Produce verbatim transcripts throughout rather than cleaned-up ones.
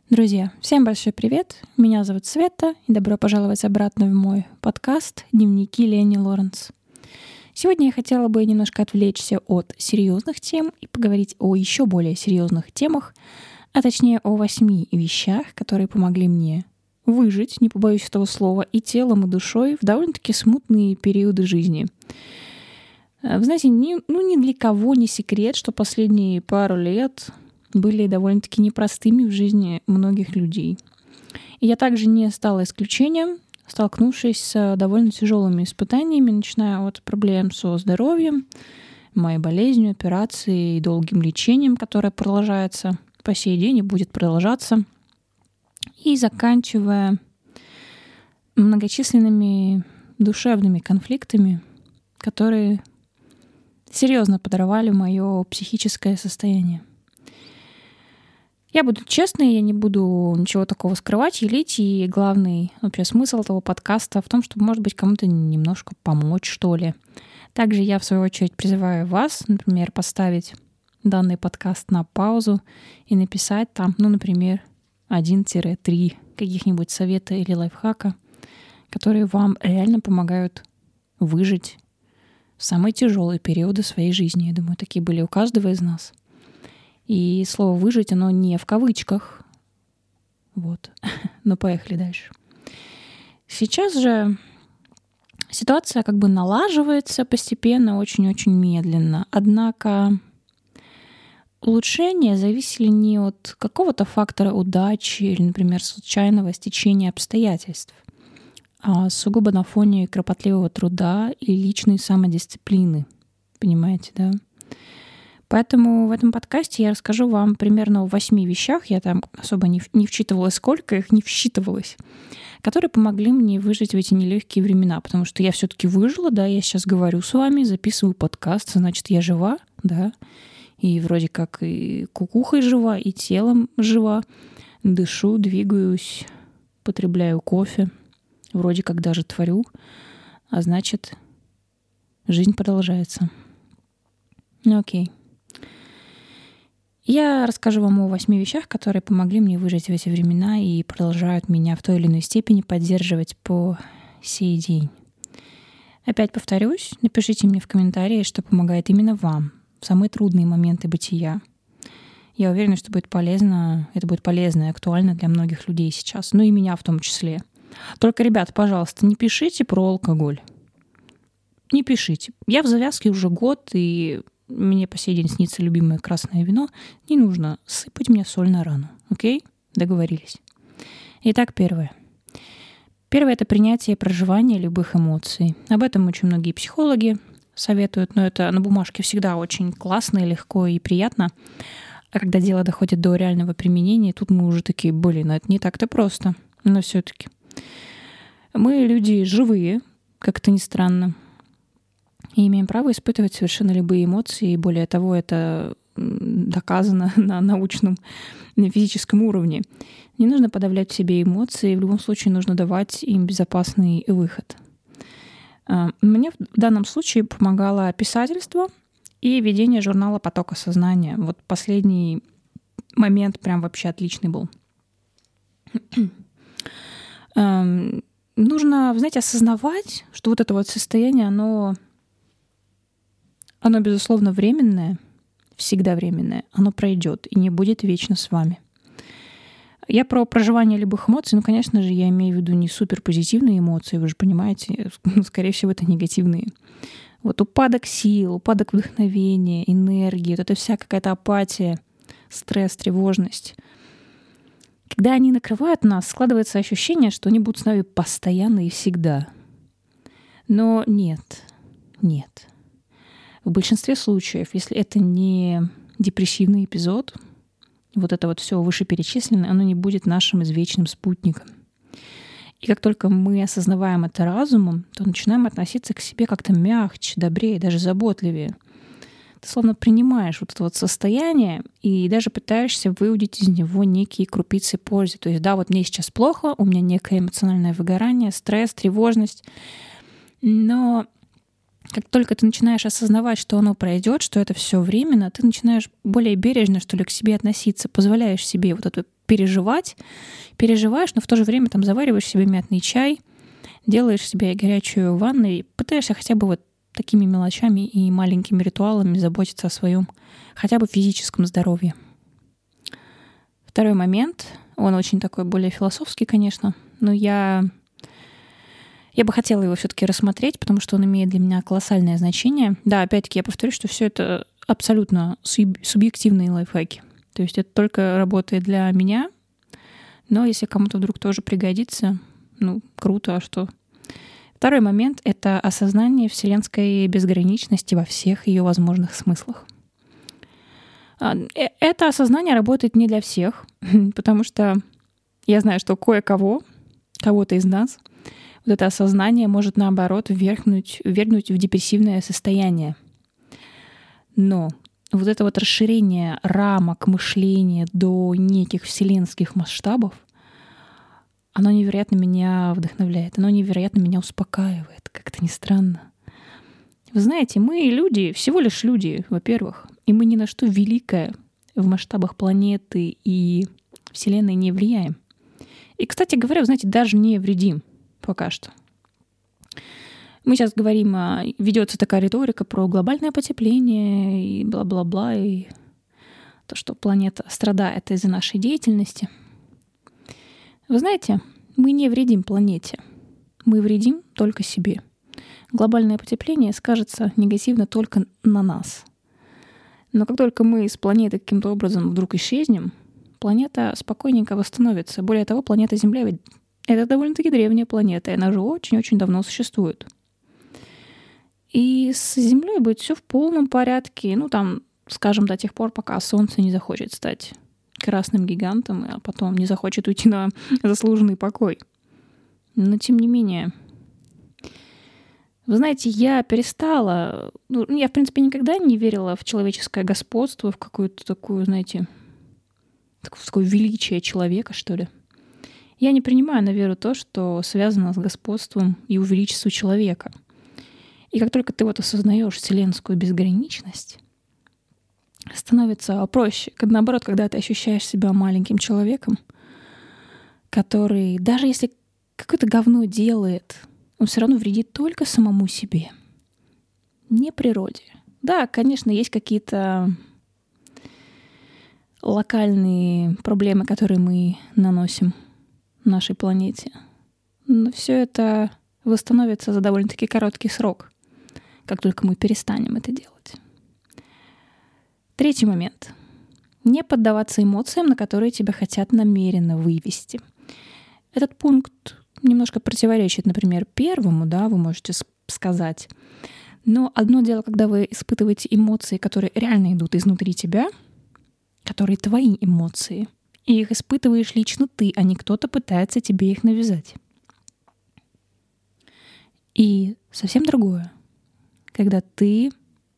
Друзья, всем большой привет! Меня зовут Света, и добро пожаловать обратно в мой подкаст «Дневники Лени Лоренс». Сегодня я хотела бы немножко отвлечься от серьезных тем и поговорить о еще более серьезных темах, а точнее о восьми вещах, которые помогли мне выжить, не побоюсь этого слова, и телом, и душой в довольно-таки смутные периоды жизни. Вы знаете, ни, ну ни для кого не секрет, что последние пару лет были довольно-таки непростыми в жизни многих людей. И я также не стала исключением, столкнувшись с довольно тяжелыми испытаниями, начиная от проблем со здоровьем, моей болезнью, операцией и долгим лечением, которое продолжается по сей день и будет продолжаться, и заканчивая многочисленными душевными конфликтами, которые серьезно подорвали мое психическое состояние. Я буду честной, я не буду ничего такого скрывать, елить, и главный вообще смысл этого подкаста в том, чтобы, может быть, кому-то немножко помочь, что ли. Также я, в свою очередь, призываю вас, например, поставить данный подкаст на паузу и написать там, ну, например, один-три каких-нибудь совета или лайфхака, которые вам реально помогают выжить в самые тяжелые периоды своей жизни. Я думаю, такие были у каждого из нас. И слово «выжить», оно не в кавычках. Вот. Но поехали дальше. Сейчас же ситуация как бы налаживается постепенно, очень-очень медленно. Однако улучшения зависели не от какого-то фактора удачи или, например, случайного стечения обстоятельств, а сугубо на фоне кропотливого труда и личной самодисциплины. Понимаете, да? Поэтому в этом подкасте я расскажу вам примерно о восьми вещах, я там особо не, не вчитывалась, сколько их не вчитывалась, которые помогли мне выжить в эти нелегкие времена, потому что я все-таки выжила, да, я сейчас говорю с вами, записываю подкаст, значит, я жива, да, и вроде как и кукухой жива, и телом жива, дышу, двигаюсь, потребляю кофе, вроде как даже творю, а значит, жизнь продолжается. Ну окей. Я расскажу вам о восьми вещах, которые помогли мне выжить в эти времена и продолжают меня в той или иной степени поддерживать по сей день. Опять повторюсь, напишите мне в комментарии, что помогает именно вам в самые трудные моменты бытия. Я уверена, что будет полезно, это будет полезно и актуально для многих людей сейчас, ну и меня в том числе. Только, ребят, пожалуйста, не пишите про алкоголь. Не пишите. Я в завязке уже год, и мне по сей день снится любимое красное вино. Не нужно сыпать мне соль на рану. Окей? Договорились. Итак, первое. Первое — это принятие и проживание любых эмоций. Об этом очень многие психологи советуют, но это на бумажке всегда очень классно, легко и приятно. А когда дело доходит до реального применения, тут мы уже такие, блин, это не так-то просто. Но все-таки. Мы люди живые, как это ни странно, и имеем право испытывать совершенно любые эмоции, и более того, это доказано на научном, на физическом уровне. Не нужно подавлять в себе эмоции, в любом случае нужно давать им безопасный выход. Мне в данном случае помогало писательство и ведение журнала «Потока сознания». Вот последний момент прям вообще отличный был. Нужно, знаете, осознавать, что вот это вот состояние, оно... Оно, безусловно, временное, всегда временное. Оно пройдет и не будет вечно с вами. Я про проживание любых эмоций, ну, конечно же, я имею в виду не суперпозитивные эмоции, вы же понимаете, скорее всего, это негативные. Вот упадок сил, упадок вдохновения, энергии, вот это вся какая-то апатия, стресс, тревожность. Когда они накрывают нас, складывается ощущение, что они будут с нами постоянно и всегда. Но нет, нет. В большинстве случаев, если это не депрессивный эпизод, вот это вот все вышеперечисленное, оно не будет нашим извечным спутником. И как только мы осознаваем это разумом, то начинаем относиться к себе как-то мягче, добрее, даже заботливее. Ты словно принимаешь вот это вот состояние и даже пытаешься выудить из него некие крупицы пользы. То есть, да, вот мне сейчас плохо, у меня некое эмоциональное выгорание, стресс, тревожность, но как только ты начинаешь осознавать, что оно пройдет, что это все временно, ты начинаешь более бережно, что ли, к себе относиться, позволяешь себе вот эту переживать. Переживаешь, но в то же время там завариваешь себе мятный чай, делаешь себе горячую ванну и пытаешься хотя бы вот такими мелочами и маленькими ритуалами заботиться о своем хотя бы физическом здоровье. Второй момент, он очень такой более философский, конечно, но я, я бы хотела его все-таки рассмотреть, потому что он имеет для меня колоссальное значение. Да, опять-таки я повторю, что все это абсолютно субъективные лайфхаки. То есть это только работает для меня, но если кому-то вдруг тоже пригодится, ну, круто, а что? Второй момент — это осознание вселенской безграничности во всех ее возможных смыслах. Это осознание работает не для всех, потому что я знаю, что кое-кого, кого-то из нас, вот это осознание может, наоборот, ввергнуть, ввергнуть в депрессивное состояние. Но вот это вот расширение рамок мышления до неких вселенских масштабов, оно невероятно меня вдохновляет, оно невероятно меня успокаивает, как-то ни странно. Вы знаете, мы люди, всего лишь люди, во-первых, и мы ни на что великое в масштабах планеты и Вселенной не влияем. И, кстати говоря, вы знаете, даже не вредим пока что. Мы сейчас говорим, ведется такая риторика про глобальное потепление и бла-бла-бла, и то, что планета страдает из-за нашей деятельности. Вы знаете, мы не вредим планете, мы вредим только себе. Глобальное потепление скажется негативно только на нас. Но как только мы с планеты каким-то образом вдруг исчезнем, планета спокойненько восстановится. Более того, планета Земля ведь это довольно-таки древняя планета, и она же очень-очень давно существует. И с Землей будет все в полном порядке. Ну, там, скажем, до тех пор, пока Солнце не захочет стать красным гигантом, а потом не захочет уйти на заслуженный покой. Но, тем не менее, вы знаете, я перестала... Ну, я, в принципе, никогда не верила в человеческое господство, в какую-то такую, знаете, в такое величие человека, что ли. Я не принимаю на веру то, что связано с господством и величеством человека. И как только ты вот осознаешь вселенскую безграничность, становится проще. Наоборот, когда ты ощущаешь себя маленьким человеком, который, даже если какое-то говно делает, он все равно вредит только самому себе, не природе. Да, конечно, есть какие-то локальные проблемы, которые мы наносим нашей планете. Но все это восстановится за довольно-таки короткий срок, как только мы перестанем это делать. Третий момент. Не поддаваться эмоциям, на которые тебя хотят намеренно вывести. Этот пункт немножко противоречит, например, первому, да, вы можете сказать. Но одно дело, когда вы испытываете эмоции, которые реально идут изнутри тебя, которые твои эмоции, и их испытываешь лично ты, а не кто-то пытается тебе их навязать. И совсем другое, когда ты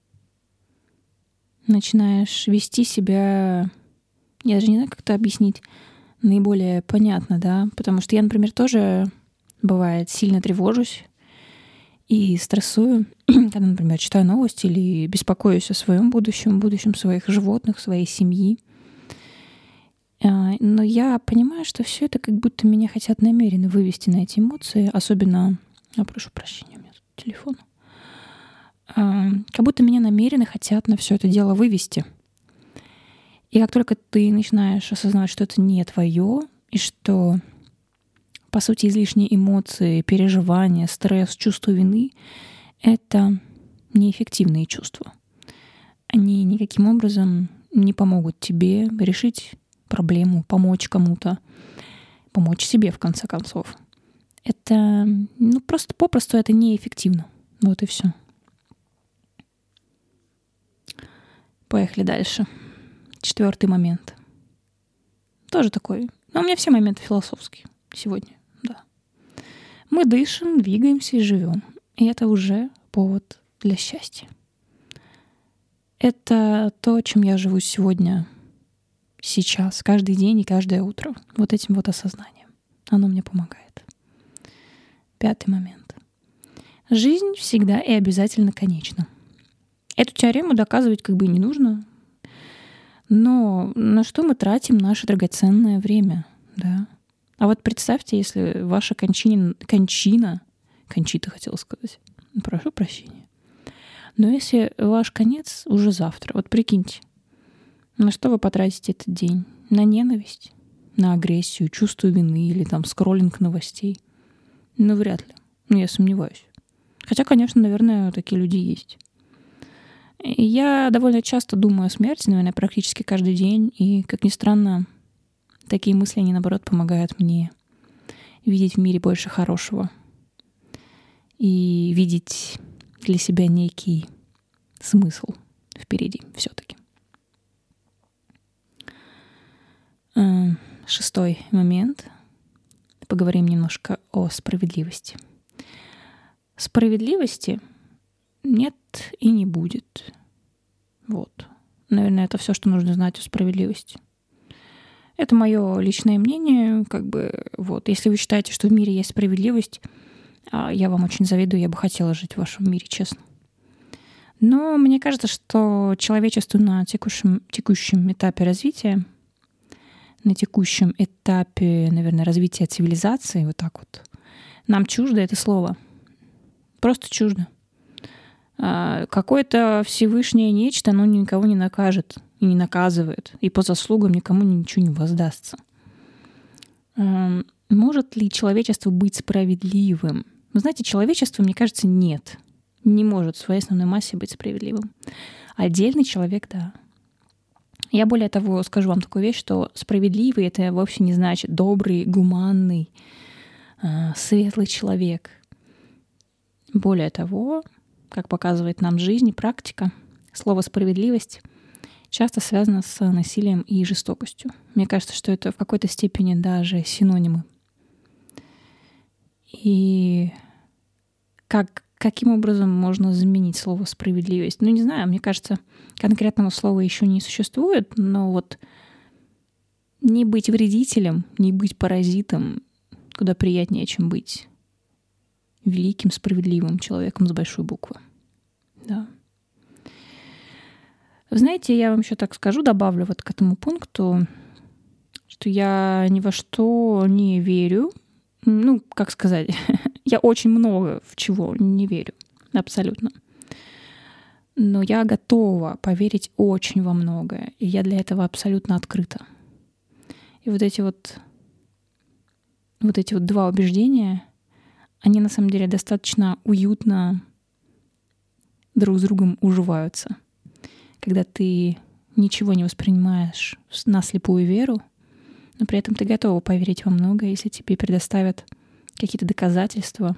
начинаешь вести себя, я даже не знаю, как это объяснить наиболее понятно, да, потому что я, например, тоже, бывает, сильно тревожусь и стрессую, когда, например, читаю новости или беспокоюсь о своем будущем, будущем своих животных, своей семьи. Но я понимаю, что все это как будто меня хотят намеренно вывести на эти эмоции, особенно, я прошу прощения, у меня тут телефон, как будто меня намеренно хотят на все это дело вывести. И как только ты начинаешь осознавать, что это не твое, и что, по сути, излишние эмоции, переживания, стресс, чувство вины — это неэффективные чувства. Они никаким образом не помогут тебе решить проблему, помочь кому-то, помочь себе, в конце концов. Это, ну, просто попросту это неэффективно. Вот и все. Поехали дальше. Четвертый момент. Тоже такой. Но у меня все моменты философские сегодня, да. Мы дышим, двигаемся и живем. И это уже повод для счастья. Это то, чем я живу сегодня, сейчас, каждый день и каждое утро. Вот этим вот осознанием. Оно мне помогает. Пятый момент. Жизнь всегда и обязательно конечна. Эту теорему доказывать как бы не нужно. Но на что мы тратим наше драгоценное время, да? А вот представьте, если ваша кончина, кончина, кончита хотела сказать, прошу прощения, но если ваш конец уже завтра, вот прикиньте, на что вы потратите этот день? На ненависть, на агрессию, чувство вины или там скроллинг новостей? Ну, вряд ли. Ну, я сомневаюсь. Хотя, конечно, наверное, такие люди есть. Я довольно часто думаю о смерти, наверное, практически каждый день. И, как ни странно, такие мысли, они, наоборот, помогают мне видеть в мире больше хорошего. И видеть для себя некий смысл впереди все-таки. Шестой момент. Поговорим немножко о справедливости. Справедливости нет и не будет. Вот. Наверное, это все, что нужно знать о справедливости. Это мое личное мнение. Как бы, вот. Если вы считаете, что в мире есть справедливость, я вам очень завидую, я бы хотела жить в вашем мире, честно. Но мне кажется, что человечеству на текущем, текущем этапе развития, на текущем этапе, наверное, развития цивилизации, вот так вот, нам чуждо это слово. Просто чуждо. А, какое-то Всевышнее нечто, оно никого не накажет и не наказывает, и по заслугам никому ничего не воздастся. А, может ли человечество быть справедливым? Вы знаете, человечество, мне кажется, нет. Не может в своей основной массе быть справедливым. Отдельный человек, да. Я более того скажу вам такую вещь, что справедливый — это вовсе не значит добрый, гуманный, светлый человек. Более того, как показывает нам жизнь и практика, слово «справедливость» часто связано с насилием и жестокостью. Мне кажется, что это в какой-то степени даже синонимы. И как, каким образом можно заменить слово «справедливость»? Ну, не знаю, мне кажется, конкретного слова еще не существует, но вот не быть вредителем, не быть паразитом куда приятнее, чем быть великим, справедливым человеком с большой буквы. Да. Вы знаете, я вам еще так скажу, добавлю вот к этому пункту, что я ни во что не верю. Ну, как сказать, я очень много в чего не верю. Абсолютно. Но я готова поверить очень во многое. И я для этого абсолютно открыта. И вот эти вот, вот эти вот два убеждения, они на самом деле достаточно уютно друг с другом уживаются. Когда ты ничего не воспринимаешь на слепую веру, но при этом ты готова поверить во многое, если тебе предоставят какие-то доказательства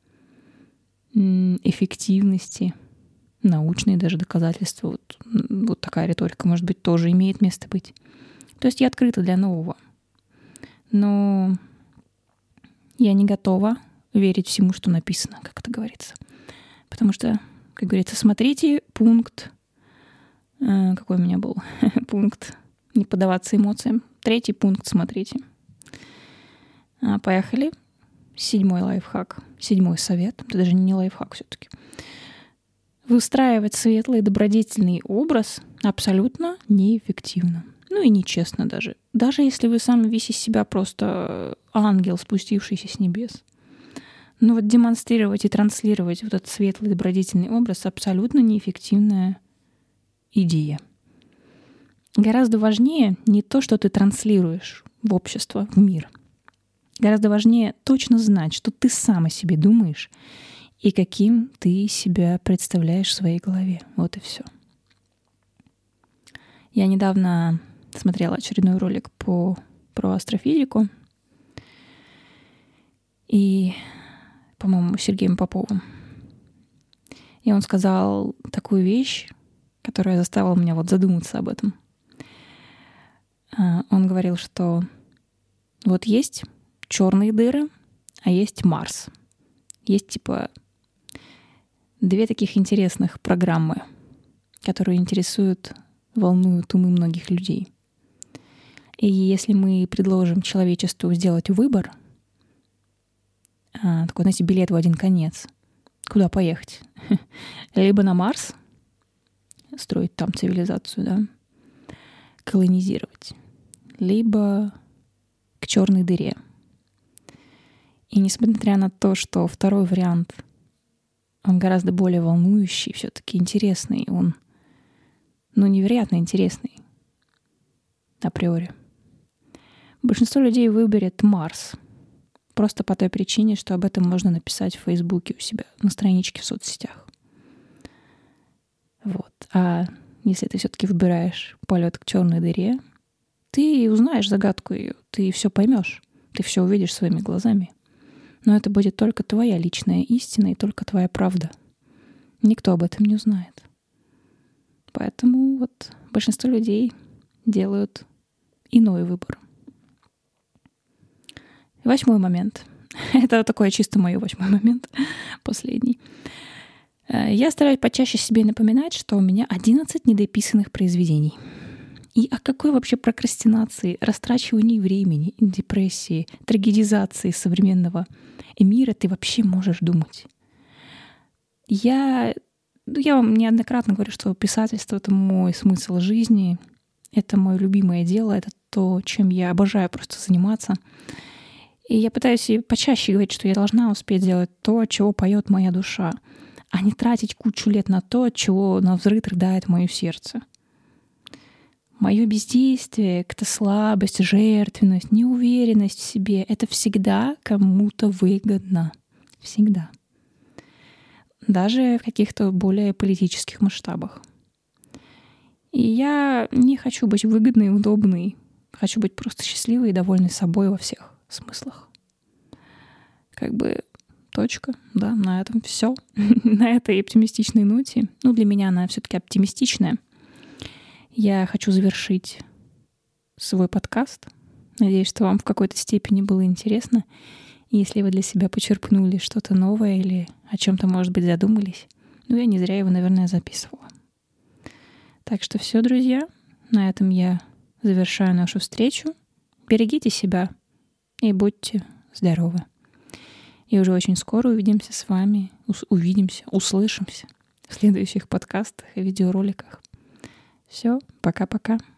эффективности, научные даже доказательства. Вот, вот такая риторика, может быть, тоже имеет место быть. То есть я открыта для нового. Но я не готова верить всему, что написано, как это говорится. Потому что, как говорится, смотрите пункт, э, какой у меня был пункт, не поддаваться эмоциям. Третий пункт смотрите. А, поехали. Седьмой лайфхак, седьмой совет. Это даже не лайфхак все-таки. Выстраивать светлый добродетельный образ абсолютно неэффективно. Ну и нечестно даже. Даже если вы сами весь из себя просто ангел, спустившийся с небес. Но вот демонстрировать и транслировать вот этот светлый добродетельный образ абсолютно неэффективная идея. Гораздо важнее не то, что ты транслируешь в общество, в мир. Гораздо важнее точно знать, что ты сам о себе думаешь и каким ты себя представляешь в своей голове. Вот и все. Я недавно смотрела очередной ролик по, про астрофизику. И, по-моему, Сергеем Поповым. И он сказал такую вещь, которая заставила меня вот задуматься об этом. Он говорил, что вот есть черные дыры, а есть Марс. Есть типа две таких интересных программы, которые интересуют, волнуют умы многих людей. И если мы предложим человечеству сделать выбор, такой, знаете, билет в один конец, куда поехать? Либо на Марс, строить там цивилизацию, да, колонизировать, либо к черной дыре. И несмотря на то, что второй вариант, он гораздо более волнующий, все-таки интересный, он, ну, невероятно интересный априори. Большинство людей выберет Марс. Просто по той причине, что об этом можно написать в Фейсбуке у себя на страничке в соцсетях. Вот. А если ты все-таки выбираешь полет к черной дыре, ты узнаешь загадку ее, ты все поймешь, ты все увидишь своими глазами. Но это будет только твоя личная истина и только твоя правда. Никто об этом не узнает. Поэтому вот большинство людей делают иной выбор. Восьмой момент. Это такой чисто мой восьмой момент, последний. Я стараюсь почаще себе напоминать, что у меня одиннадцать недописанных произведений. И о какой вообще прокрастинации, растрачивании времени, депрессии, трагедизации современного мира ты вообще можешь думать? Я, ну, я вам неоднократно говорю, что писательство — это мой смысл жизни, это мое любимое дело, это то, чем я обожаю просто заниматься. И я пытаюсь почаще говорить, что я должна успеть делать то, от чего поет моя душа, а не тратить кучу лет на то, от чего навзрыд рыдает мое сердце. Мое бездействие, какая-то слабость, жертвенность, неуверенность в себе — это всегда кому-то выгодно. Всегда. Даже в каких-то более политических масштабах. И я не хочу быть выгодной и удобной. Хочу быть просто счастливой и довольной собой во всех смыслах. Как бы точка. Да, на этом все. На этой оптимистичной ноте. Ну, для меня она все-таки оптимистичная. Я хочу завершить свой подкаст. Надеюсь, что вам в какой-то степени было интересно. И если вы для себя почерпнули что-то новое или о чем-то, может быть, задумались, ну, я не зря его, наверное, записывала. Так что все, друзья. На этом я завершаю нашу встречу. Берегите себя и будьте здоровы. И уже очень скоро увидимся с вами, увидимся, услышимся в следующих подкастах и видеороликах. Все, пока-пока.